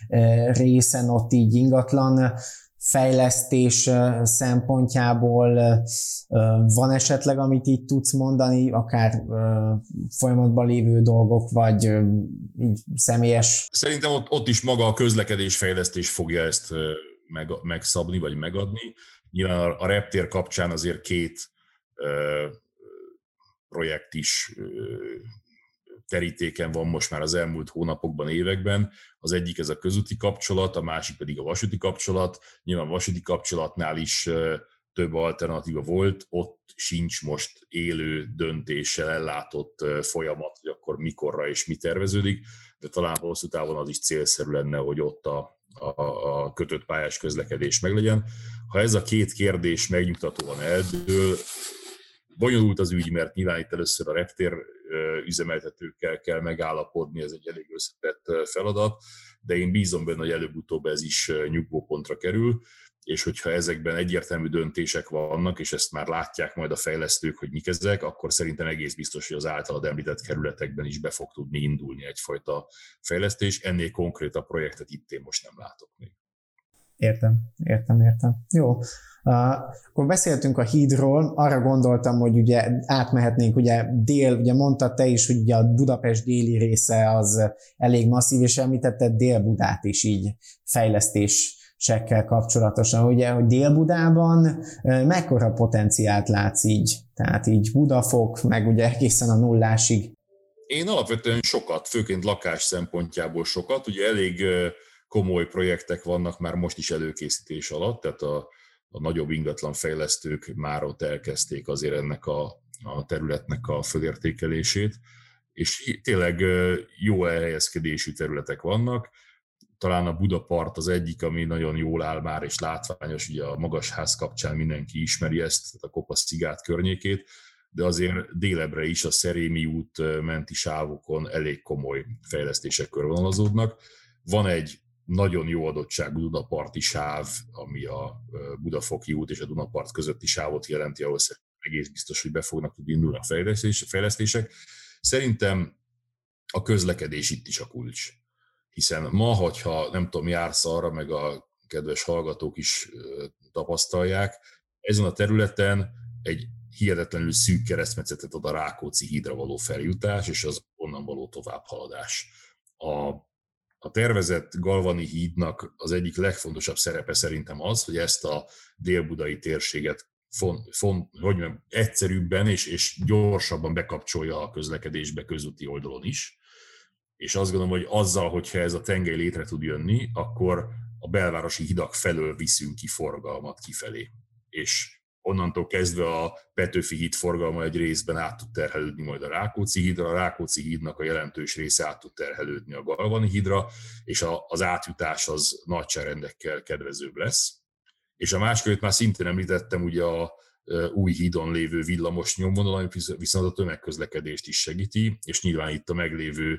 Részen ott így ingatlan fejlesztés szempontjából van esetleg, amit így tudsz mondani, akár folyamatban lévő dolgok, vagy így személyes? Szerintem ott, ott is maga a közlekedésfejlesztés fogja ezt meg, megszabni, vagy megadni. Nyilván a, a reptér kapcsán azért két ö, projekt is ö, terítéken van most már az elmúlt hónapokban, években. Az egyik ez a közúti kapcsolat, a másik pedig a vasúti kapcsolat. Nyilván a vasúti kapcsolatnál is több alternatíva volt, ott sincs most élő döntéssel ellátott folyamat, hogy akkor mikorra és mi terveződik, de talán hosszú távon az is célszerű lenne, hogy ott a, a, a kötött pályás közlekedés meglegyen. Ha ez a két kérdés megnyugtatóan eldől, bonyolult az ügy, mert nyilván itt először a reptér üzemeltetőkkel kell megállapodni, ez egy elég összetett feladat, de én bízom benne, hogy előbb-utóbb ez is nyugvópontra kerül, és hogyha ezekben egyértelmű döntések vannak, és ezt már látják majd a fejlesztők, hogy mik ezek, akkor szerintem egész biztos, hogy az általad említett kerületekben is be fog tudni indulni egyfajta fejlesztés. Ennél konkrét a projektet itt én most nem látok még. Értem, értem, értem. Jó. Uh, akkor beszéltünk a hídról, arra gondoltam, hogy ugye átmehetnénk, ugye dél, ugye mondtad te is, hogy ugye a Budapest déli része az elég masszív, és említetted Dél-Budát is így fejlesztésekkel kapcsolatosan, ugye, hogy Dél-Budában mekkora potenciált látsz így, tehát így Budafok, meg ugye egészen a nullásig. Én alapvetően sokat, főként lakás szempontjából sokat, ugye elég komoly projektek vannak már most is előkészítés alatt, tehát a a nagyobb ingatlanfejlesztők már ott elkezdték azért ennek a, a területnek a fölértékelését, és tényleg jó elhelyezkedésű területek vannak. Talán a Budapart az egyik, ami nagyon jól áll már, és látványos, ugye a Magasház kapcsán mindenki ismeri ezt, tehát a Kopasz-szigát környékét, de azért délebre is a Szerémi út menti sávokon elég komoly fejlesztések körvonalazódnak. Van egy nagyon jó adottságú Dunaparti sáv, ami a Budafoki út és a Dunapart közötti sávot jelenti, ahol szerintem egész biztos, hogy be fognak tudni indulni a fejlesztések. Szerintem a közlekedés itt is a kulcs. Hiszen ma, hogyha nem tudom, jársz arra, meg a kedves hallgatók is tapasztalják, ezen a területen egy hihetetlenül szűk keresztmetszetet ad a Rákóczi hídra való feljutás, és az onnan való továbbhaladás. A A tervezett Galvani hídnak az egyik legfontosabb szerepe szerintem az, hogy ezt a dél-budai térséget font, font, hogy mondjam, egyszerűbben és, és gyorsabban bekapcsolja a közlekedésbe közúti oldalon is. És azt gondolom, hogy azzal, hogyha ez a tengely létre tud jönni, akkor a belvárosi hidak felől viszünk ki forgalmat kifelé. És onnantól kezdve a Petőfi híd forgalma egy részben át tud terhelődni majd a Rákóczi hídra, a Rákóczi hídnak a jelentős része át tud terhelődni a Galvani hídra, és az átjutás az nagyságrendekkel kedvezőbb lesz. És a másikat már szintén említettem, ugye a új hídon lévő villamos nyomvonal, ami viszont a tömegközlekedést is segíti, és nyilván itt a meglévő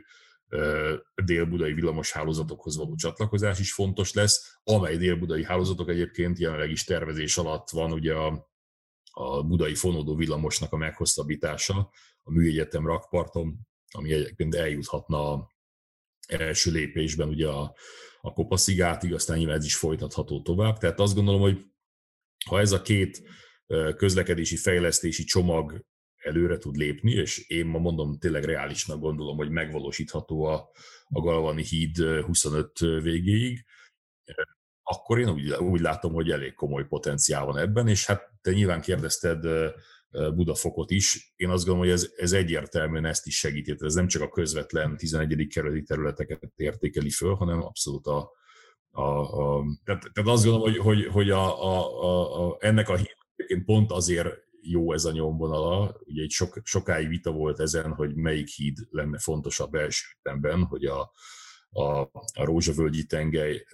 dél-budai villamos hálózatokhoz való csatlakozás is fontos lesz, amely dél-budai hálózatok egyébként jelenleg is tervezés alatt van, ugye a a budai fonódó villamosnak a meghosszabbítása a Műegyetem rakparton, ami egyébként eljuthatna a első lépésben ugye a, a Kopasz-szigátig, aztán nyilván ez is folytatható tovább. Tehát azt gondolom, hogy ha ez a két közlekedési fejlesztési csomag előre tud lépni, és én ma mondom, tényleg reálisnak gondolom, hogy megvalósítható a, a Galvani híd huszonöt végéig, akkor én úgy, úgy látom, hogy elég komoly potenciál van ebben, és hát te nyilván kérdezted Budafokot is. Én azt gondolom, hogy ez, ez egyértelműen ezt is segíti. Ez nem csak a közvetlen tizenegyedik kerületi területeket értékeli föl, hanem abszolút a, a, a tehát, tehát azt gondolom, hogy, hogy, hogy a, a, a, a, ennek a hídnak pont azért jó ez a nyomvonala. Ugye egy sok, sokáig vita volt ezen, hogy melyik híd lenne fontosabb első ütemben, hogy a, a, a Rózsavölgyi tengely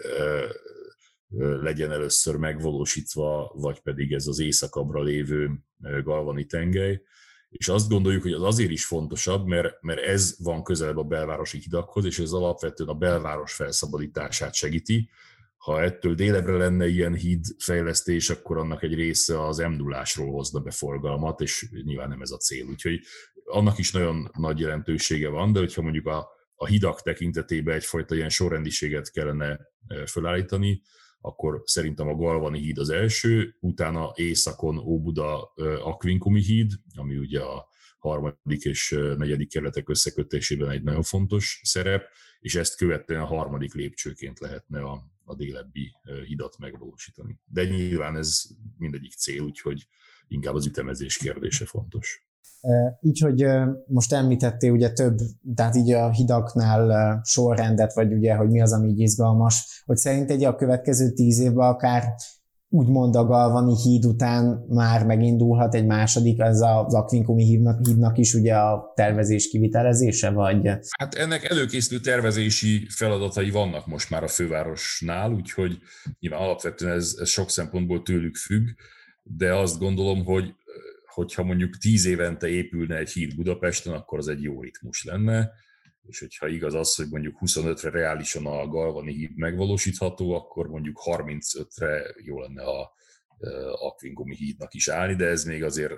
legyen először megvalósítva, vagy pedig ez az északabbra lévő Galvani tengely. És azt gondoljuk, hogy az azért is fontosabb, mert, mert ez van közelebb a belvárosi hidakhoz, és ez alapvetően a belváros felszabadítását segíti. Ha ettől délebre lenne ilyen hídfejlesztés, akkor annak egy része az em nullásról hozna be forgalmat, és nyilván nem ez a cél. Úgyhogy annak is nagyon nagy jelentősége van, de hogyha mondjuk a, a hidak tekintetében egyfajta ilyen sorrendiséget kellene felállítani, akkor szerintem a Galvani híd az első, utána északon Óbuda Akvinkumi híd, ami ugye a harmadik és negyedik kerületek összekötésében egy nagyon fontos szerep, és ezt követően a harmadik lépcsőként lehetne a, a délebbi hidat megvalósítani. De nyilván ez mindegyik cél, úgyhogy inkább az ütemezés kérdése fontos. Így, hogy most említettél ugye több, tehát így a hidaknál sorrendet, vagy ugye, hogy mi az, ami így izgalmas, hogy szerint egy a következő tíz évben akár úgymond a Galvani híd után már megindulhat egy második, ez az Akvinkumi hídnak, hídnak is ugye a tervezés kivitelezése, vagy? Hát ennek előkészítő tervezési feladatai vannak most már a fővárosnál, úgyhogy nyilván alapvetően ez, ez sok szempontból tőlük függ, de azt gondolom, hogy hogyha mondjuk tíz évente épülne egy híd Budapesten, akkor az egy jó ritmus lenne, és hogyha igaz az, hogy mondjuk huszonötre reálisan a Galvani híd megvalósítható, akkor mondjuk harmincötre jó lenne a Akvinkumi hídnak is állni, de ez még azért,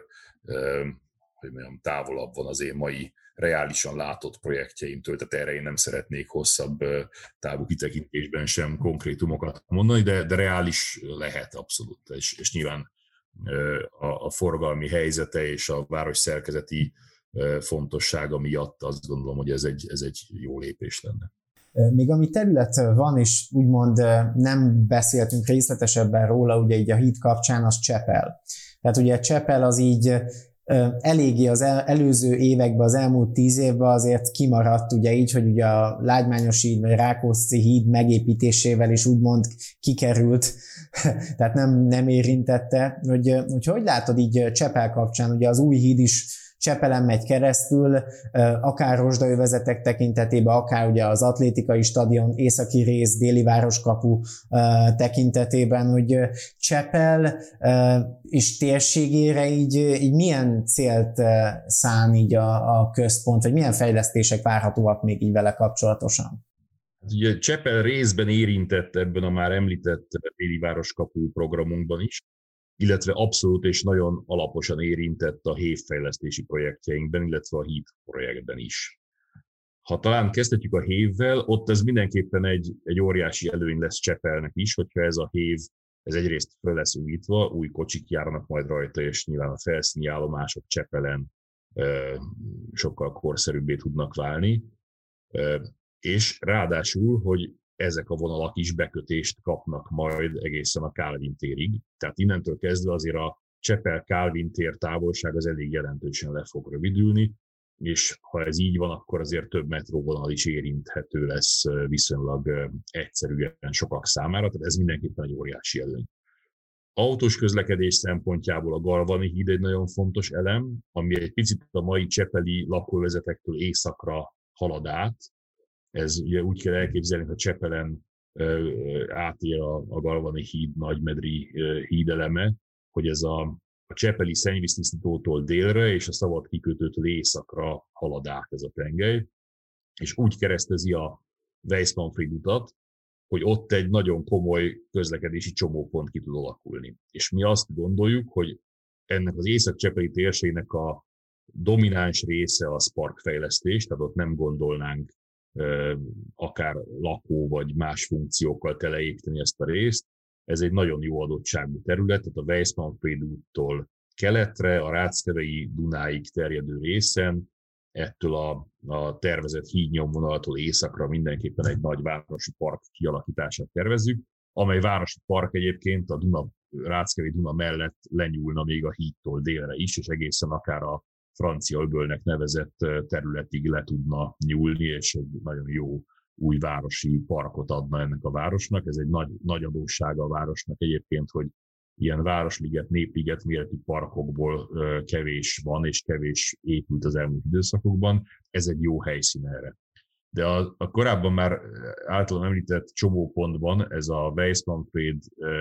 hogy mondjam, távolabb van az én mai reálisan látott projektjeimtől, tehát erre én nem szeretnék hosszabb távú kitekintésben sem konkrétumokat mondani, de, de reális lehet abszolút, és, és nyilván a, a forgalmi helyzete és a város szerkezeti fontossága miatt azt gondolom, hogy ez egy, ez egy jó lépés lenne. Még ami terület van, és úgymond nem beszéltünk részletesebben róla, ugye így a híd kapcsán, az Csepel. Tehát ugye Csepel az így eléggé az el, előző években, az elmúlt tíz évben azért kimaradt, ugye így, hogy ugye a Lágymányos híd, vagy Rákóczi híd megépítésével is úgymond kikerült, tehát nem, nem érintette, hogy, hogy hogy látod így Csepel kapcsán, ugye az új híd is Csepelen megy keresztül, akár rozsdaövezetek tekintetében, akár ugye az atlétikai stadion északi rész, déli városkapu tekintetében, hogy Csepel és térségére így, így milyen célt szán így a, a központ, vagy milyen fejlesztések várhatóak még így vele kapcsolatosan? Ugye Csepel részben érintett ebben a már említett déli városkapu programunkban is, illetve abszolút és nagyon alaposan érintett a hévfejlesztési projektjeinkben, illetve a híd projektben is. Ha talán kezdhetjük a hévvel, ott ez mindenképpen egy, egy óriási előny lesz Csepelnek is, hogyha ez a hév, ez egyrészt föl lesz újítva, új kocsik járnak majd rajta, és nyilván a felszíni állomások Csepelen e, sokkal korszerűbbé tudnak válni, e, és ráadásul, hogy ezek a vonalak is bekötést kapnak majd egészen a Kálvin térig. Tehát innentől kezdve azért a Csepel-Kálvin tér távolság az elég jelentősen le fog rövidülni, és ha ez így van, akkor azért több metróvonal is érinthető lesz viszonylag egyszerűen sokak számára, tehát ez mindenképpen egy óriási előny. Autós közlekedés szempontjából a Galvani híd egy nagyon fontos elem, ami egy picit a mai csepeli lakóvezetektől északra halad át. Ez ugye úgy kell elképzelni, hogy Csepelen átér a, a Galvani híd nagymedri hídeleme, hogy ez a, a csepeli szennyvíztisztítótól délre és a Szabad kikötőtől északra halad át ez a tengely, és úgy keresztezi a Weiss-Manfréd utat, hogy ott egy nagyon komoly közlekedési csomópont ki tud alakulni. És mi azt gondoljuk, hogy ennek az észak-csepeli térségnek a domináns része az parkfejlesztés, tehát ott nem gondolnánk akár lakó vagy más funkciókkal teleépíteni ezt a részt. Ez egy nagyon jó adottságú terület, tehát a Weiss-Manfréd úttól keletre, a Ráckevei Dunáig terjedő részen, ettől a, a tervezett hídnyomvonalatól északra mindenképpen egy nagy városi park kialakítását tervezzük, amely városi park egyébként a Duna, Ráckevei Duna mellett lenyúlna még a hídtól délre is, és egészen akár a Francia öbölnek nevezett területig le tudna nyúlni, és egy nagyon jó új városi parkot adna ennek a városnak. Ez egy nagy, nagy adóssága a városnak egyébként, hogy ilyen városliget, népliget méretű parkokból kevés van, és kevés épült az elmúlt időszakokban. Ez egy jó helyszín erre. De a, a korábban már általán említett csomópontban, ez a Weissmanfried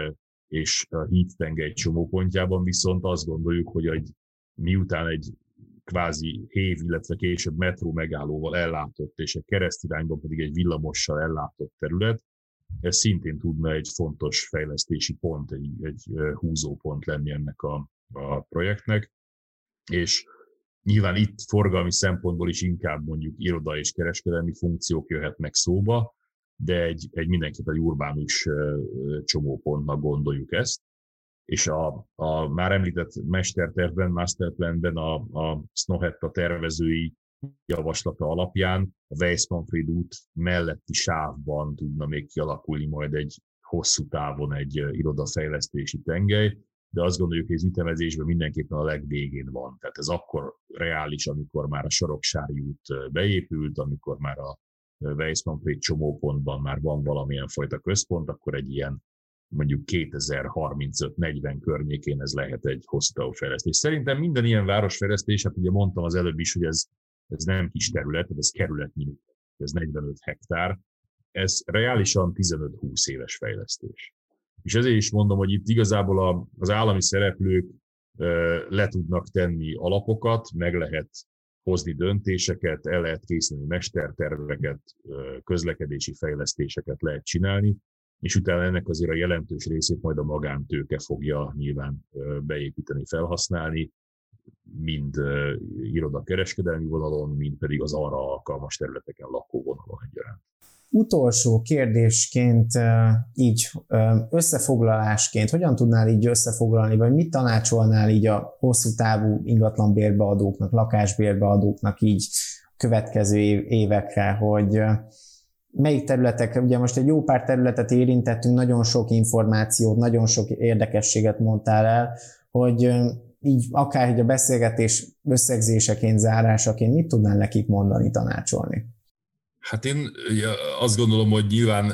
és a Hídtengely csomópontjában viszont azt gondoljuk, hogy egy, miután egy kvázi hév, illetve később metró megállóval ellátott, és egy keresztirányban pedig egy villamossal ellátott terület, ez szintén tudna egy fontos fejlesztési pont, egy, egy húzópont lenni ennek a, a projektnek, és nyilván itt forgalmi szempontból is inkább mondjuk iroda és kereskedelmi funkciók jöhetnek szóba, de egy, egy mindenképp egy urbánus csomópontnak gondoljuk ezt. És a, a már említett mestertervben, masterplanben a, a Snohetta tervezői javaslata alapján a Weissmanfried út melletti sávban tudna még kialakulni majd egy hosszú távon egy irodafejlesztési tengely, de azt gondoljuk, hogy az ütemezésben mindenképpen a legvégén van. Tehát ez akkor reális, amikor már a Soroksári út beépült, amikor már a Weissmanfried csomópontban már van valamilyen fajta központ, akkor egy ilyen mondjuk kétezer-harmincöt negyven környékén ez lehet egy hosszú távú fejlesztés. Szerintem minden ilyen városfejlesztés, hát ugye mondtam az előbb is, hogy ez, ez nem kis terület, ez kerületnyi, ez negyvenöt hektár, ez reálisan tizenöt-húsz éves fejlesztés. És ezért is mondom, hogy itt igazából a, az állami szereplők le tudnak tenni alapokat, meg lehet hozni döntéseket, el lehet készíteni mesterterveket, közlekedési fejlesztéseket lehet csinálni, és utána ennek azért a jelentős részét majd a magántőke fogja nyilván beépíteni, felhasználni, mind irodakereskedelmi vonalon, mind pedig az arra alkalmas területeken lakóvonalon egyaránt. Utolsó kérdésként, így összefoglalásként, hogyan tudnál így összefoglalni, vagy mit tanácsolnál így a hosszú távú ingatlan bérbeadóknak, lakásbérbeadóknak így következő évekre, hogy melyik területek, ugye most egy jó pár területet érintettünk, nagyon sok információt, nagyon sok érdekességet mondtál el, hogy így akár így a beszélgetés összegzéseként, zárásaként mit tudnál nekik mondani, tanácsolni? Hát én azt gondolom, hogy nyilván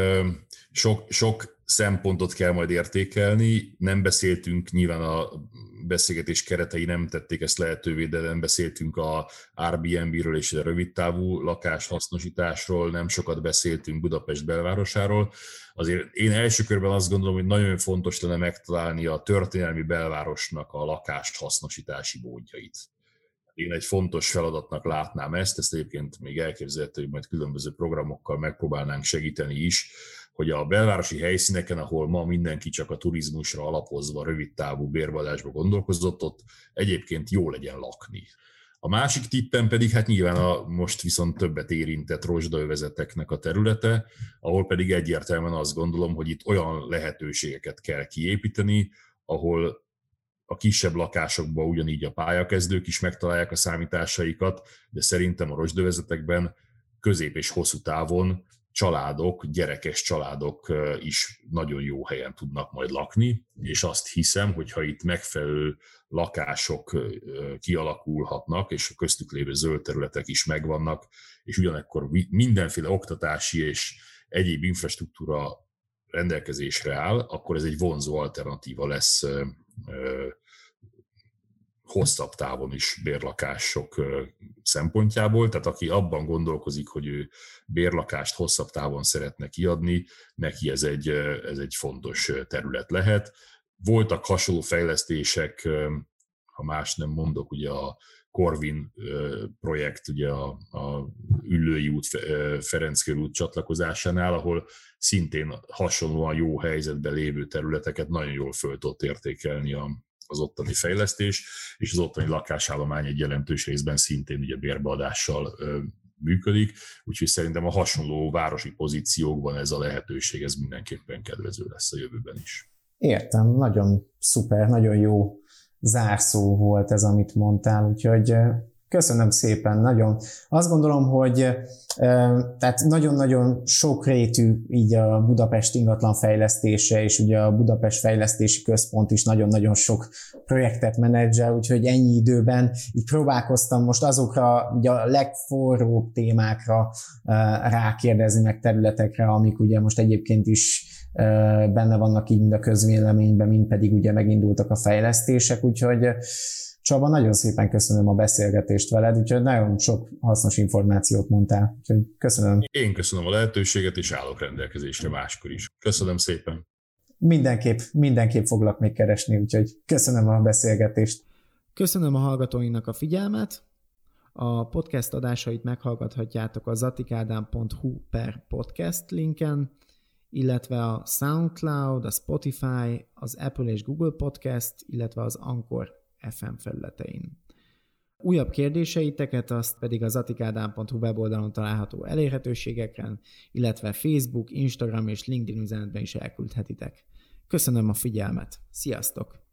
sok, sok szempontot kell majd értékelni. Nem beszéltünk, nyilván a beszélgetés keretei nem tették ezt lehetővé, de nem beszéltünk a Airbnb-ről és a rövidtávú lakáshasznosításról, nem sokat beszéltünk Budapest belvárosáról. Azért én első körben azt gondolom, hogy nagyon fontos lenne megtalálni a történelmi belvárosnak a lakáshasznosítási módjait. Én egy fontos feladatnak látnám ezt, ezt egyébként még elképzelhető, hogy majd különböző programokkal megpróbálnánk segíteni is, hogy a belvárosi helyszíneken, ahol ma mindenki csak a turizmusra alapozva rövidtávú bérbeadásba gondolkozott, ott egyébként jó legyen lakni. A másik tippem pedig hát nyilván a most viszont többet érintett rozsdaövezeteknek a területe, ahol pedig egyértelműen azt gondolom, hogy itt olyan lehetőségeket kell kiépíteni, ahol a kisebb lakásokban ugyanígy a pályakezdők is megtalálják a számításaikat, de szerintem a rozsdaövezetekben közép és hosszú távon családok, gyerekes családok is nagyon jó helyen tudnak majd lakni, és azt hiszem, hogy ha itt megfelelő lakások kialakulhatnak, és a köztük lévő zöld területek is megvannak, és ugyanakkor mindenféle oktatási és egyéb infrastruktúra rendelkezésre áll, akkor ez egy vonzó alternatíva lesz hosszabb távon is bérlakások szempontjából, tehát aki abban gondolkozik, hogy ő bérlakást hosszabb távon szeretne kiadni, neki ez egy, ez egy fontos terület lehet. Voltak hasonló fejlesztések, ha más nem mondok, ugye a Corvin projekt, ugye a, a Üllői út, Ferenckör út csatlakozásánál, ahol szintén hasonlóan jó helyzetben lévő területeket nagyon jól föl tudott értékelni a az ottani fejlesztés, és az ottani lakásállomány egy jelentős részben szintén ugye bérbeadással ö, működik, úgyhogy szerintem a hasonló városi pozíciókban ez a lehetőség, ez mindenképpen kedvező lesz a jövőben is. Értem, nagyon szuper, nagyon jó zárszó volt ez, amit mondtál, úgyhogy Köszönöm szépen, nagyon. Azt gondolom, hogy tehát nagyon-nagyon sokrétű így a Budapest ingatlan fejlesztése, és ugye a Budapest Fejlesztési Központ is nagyon-nagyon sok projektet menedzsel, úgyhogy ennyi időben így próbálkoztam most azokra ugye a legforróbb témákra rákérdezni, meg területekre, amik ugye most egyébként is benne vannak így mind a közvéleményben, mind pedig ugye megindultak a fejlesztések, úgyhogy Csaba, nagyon szépen köszönöm a beszélgetést veled, úgyhogy nagyon sok hasznos információt mondtál, úgyhogy köszönöm. Én köszönöm a lehetőséget, és állok rendelkezésre máskor is. Köszönöm szépen. Mindenképp, mindenképp foglak még keresni, úgyhogy köszönöm a beszélgetést. Köszönöm a hallgatóinknak a figyelmet. A podcast adásait meghallgathatjátok a zatikádám pont hu per podcast linken, illetve a SoundCloud, a Spotify, az Apple és Google Podcast, illetve az Anchor ef em felületein. Újabb kérdéseiteket azt pedig a zatikádám pont hu weboldalon található elérhetőségeken, illetve Facebook, Instagram és LinkedIn üzenetben is elküldhetitek. Köszönöm a figyelmet. Sziasztok!